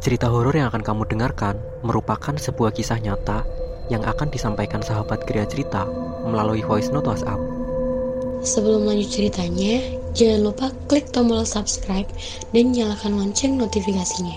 Cerita horor yang akan kamu dengarkan merupakan sebuah kisah nyata yang akan disampaikan sahabat Gria Cerita melalui voice note WhatsApp. Sebelum lanjut ceritanya, jangan lupa klik tombol subscribe dan nyalakan lonceng notifikasinya.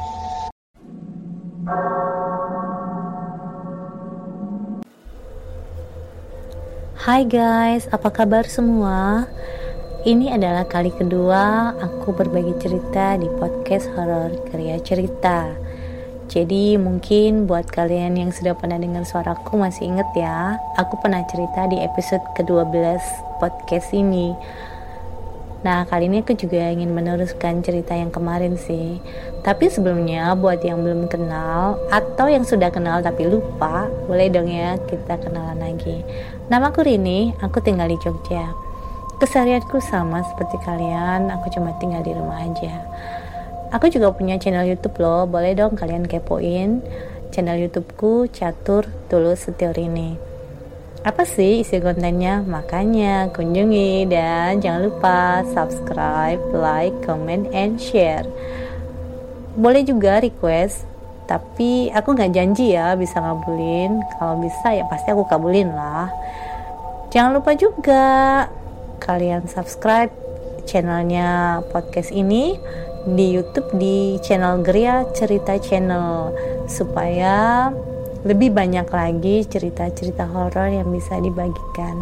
Hai guys, apa kabar semua? Ini adalah kali kedua aku berbagi cerita di podcast horor Gria Cerita. Jadi mungkin buat kalian yang sudah pernah dengar suaraku masih inget ya, aku pernah cerita di episode ke-12 podcast ini. Nah, kali ini aku juga ingin meneruskan cerita yang kemarin sih. Tapi sebelumnya buat yang belum kenal atau yang sudah kenal tapi lupa, boleh dong ya kita kenalan lagi. Namaku Rini, aku tinggal di Jogja. Keseharianku sama seperti kalian, aku cuma tinggal di rumah aja. Aku juga punya channel YouTube loh, boleh dong kalian kepoin channel YouTubeku Catur Tulus Setiorini. Apa sih isi kontennya? Makanya kunjungi dan jangan lupa subscribe, like, comment, and share. Boleh juga request, tapi aku gak janji ya bisa ngabulin. Kalau bisa ya pasti aku kabulin lah. Jangan lupa juga kalian subscribe channelnya podcast ini di YouTube di channel Gria Cerita Channel supaya lebih banyak lagi cerita-cerita horor yang bisa dibagikan.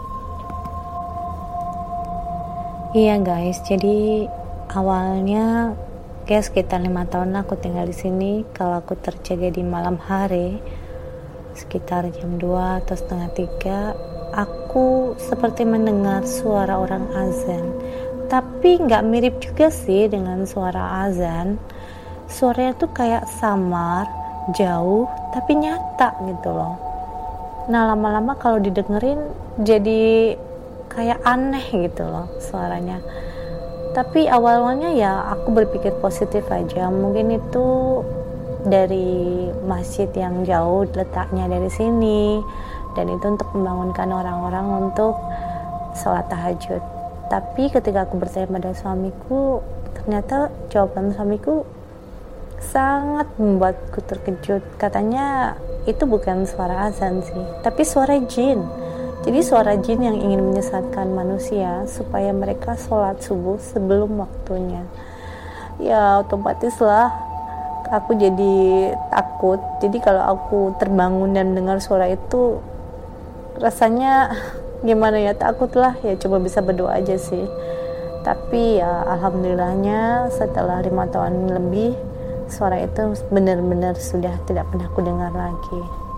Iya guys, jadi awalnya kayak sekitar 5 tahun aku tinggal di sini. Kalau aku terjaga di malam hari sekitar jam 2 atau setengah 3, aku seperti mendengar suara orang azan. Tapi gak mirip juga sih dengan suara azan. Suaranya tuh kayak samar, jauh, tapi nyata gitu loh. Nah, lama-lama kalau didengerin jadi kayak aneh gitu loh suaranya. Tapi awalnya ya aku berpikir positif aja. Mungkin itu dari masjid yang jauh letaknya dari sini, dan itu untuk membangunkan orang-orang untuk sholat tahajud. Tapi ketika aku bertanya pada suamiku, ternyata jawaban suamiku sangat membuatku terkejut. Katanya itu bukan suara azan sih, tapi suara jin. Jadi suara jin yang ingin menyesatkan manusia supaya mereka sholat subuh sebelum waktunya. Ya otomatis lah aku jadi takut. Jadi kalau aku terbangun dan mendengar suara itu, rasanya gimana ya, takut lah ya, coba bisa berdoa aja sih. Tapi ya alhamdulillahnya setelah 5 tahun lebih, suara itu benar-benar sudah tidak pernah aku dengar lagi.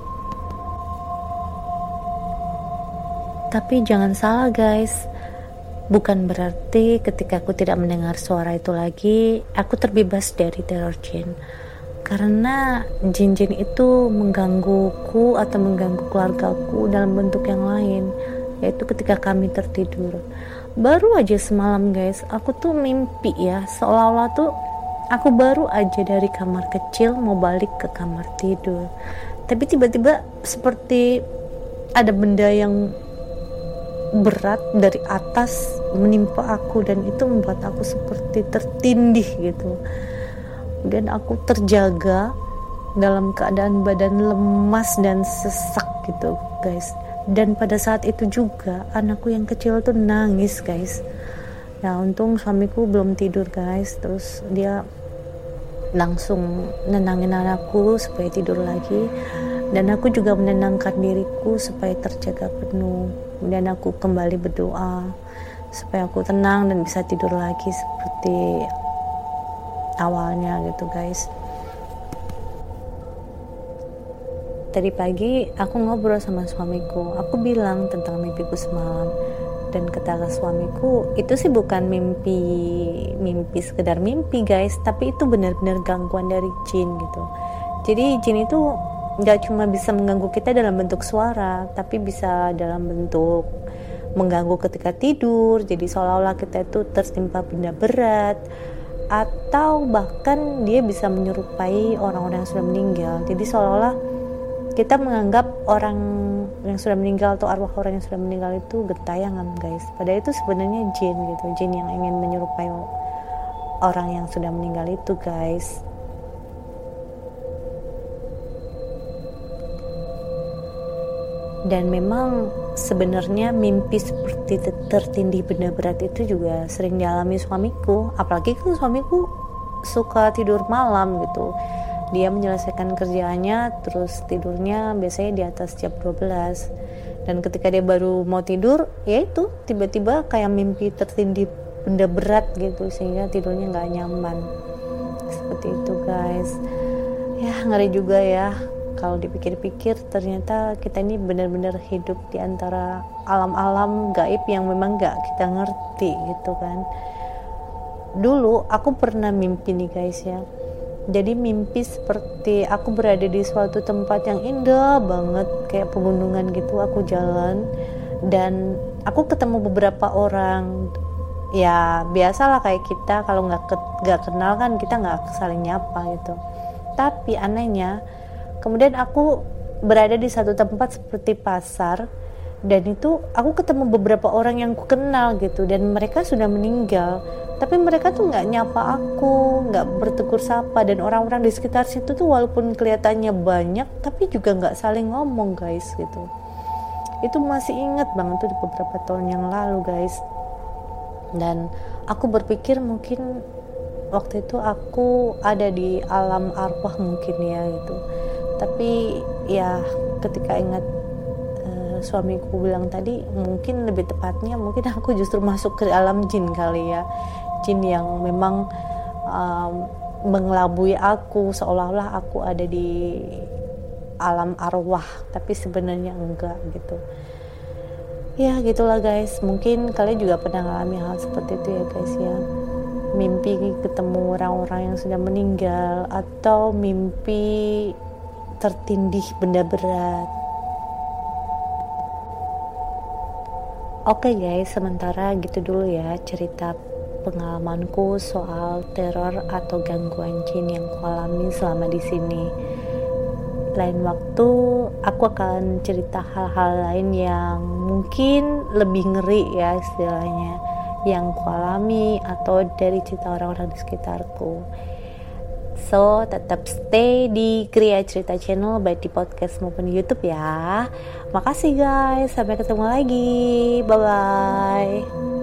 Tapi jangan salah guys, bukan berarti ketika aku tidak mendengar suara itu lagi, aku terbebas dari teror jin. Karena jin-jin itu menggangguku atau mengganggu keluargaku dalam bentuk yang lain, yaitu ketika kami tertidur. Baru aja semalam guys, aku tuh mimpi ya, seolah-olah tuh aku baru aja dari kamar kecil mau balik ke kamar tidur. Tapi tiba-tiba seperti ada benda yang berat dari atas menimpa aku, dan itu membuat aku seperti tertindih gitu. Dan aku terjaga dalam keadaan badan lemas dan sesak gitu guys. Dan pada saat itu juga anakku yang kecil tuh nangis guys. Nah untung suamiku belum tidur guys, terus dia langsung nenangin anakku supaya tidur lagi, dan aku juga menenangkan diriku supaya terjaga penuh. Kemudian aku kembali berdoa supaya aku tenang dan bisa tidur lagi seperti awalnya gitu guys. Tadi pagi aku ngobrol sama suamiku, aku bilang tentang mimpiku semalam, dan kata suamiku itu sih bukan mimpi sekedar mimpi guys, tapi itu benar-benar gangguan dari jin gitu. Jadi jin itu gak cuma bisa mengganggu kita dalam bentuk suara, tapi bisa dalam bentuk mengganggu ketika tidur. Jadi seolah-olah kita itu tertimpa benda berat, atau bahkan dia bisa menyerupai orang-orang yang sudah meninggal. Jadi seolah-olah kita menganggap orang yang sudah meninggal atau arwah orang yang sudah meninggal itu gentayangan guys. Padahal itu sebenarnya jin gitu, jin yang ingin menyerupai orang yang sudah meninggal itu guys. Dan memang sebenarnya mimpi seperti tertindih benda berat itu juga sering dialami suamiku. Apalagi kan suamiku suka tidur malam gitu. Dia menyelesaikan kerjaannya terus tidurnya biasanya di atas jam 12. Dan ketika dia baru mau tidur, ya itu tiba-tiba kayak mimpi tertindih benda berat gitu, sehingga tidurnya nggak nyaman. Seperti itu guys. Ya ngeri juga ya. Kalau dipikir-pikir ternyata kita ini benar-benar hidup di antara alam-alam gaib yang memang gak kita ngerti gitu kan. Dulu aku pernah mimpi nih guys ya. Jadi mimpi seperti aku berada di suatu tempat yang indah banget, kayak pegunungan gitu. Aku jalan dan aku ketemu beberapa orang. Ya biasalah kayak kita kalau gak kenal kan kita gak saling nyapa gitu. Tapi anehnya kemudian aku berada di satu tempat seperti pasar, dan itu aku ketemu beberapa orang yang aku kenal gitu, dan mereka sudah meninggal, tapi mereka tuh nggak nyapa aku, nggak bertegur sapa, dan orang-orang di sekitar situ tuh walaupun kelihatannya banyak, tapi juga nggak saling ngomong guys gitu. Itu masih ingat banget tuh di beberapa tahun yang lalu guys. Dan aku berpikir mungkin waktu itu aku ada di alam arwah mungkin ya gitu. Tapi ya ketika ingat suamiku bilang tadi, mungkin lebih tepatnya mungkin aku justru masuk ke alam jin kali ya. Jin yang memang mengelabui aku seolah-olah aku ada di alam arwah, tapi sebenarnya enggak gitu. Ya gitulah guys, mungkin kalian juga pernah mengalami hal seperti itu ya guys ya. Mimpi ketemu orang-orang yang sudah meninggal, atau mimpi tertindih benda berat. Oke guys, sementara gitu dulu ya cerita pengalamanku soal teror atau gangguan jin yang kualami selama di sini. Lain waktu aku akan cerita hal-hal lain yang mungkin lebih ngeri ya istilahnya, yang kualami atau dari cerita orang-orang di sekitarku. So, tetap stay di Kriya Cerita Channel, baik di podcast maupun di YouTube ya. Makasih guys, sampai ketemu lagi. Bye-bye.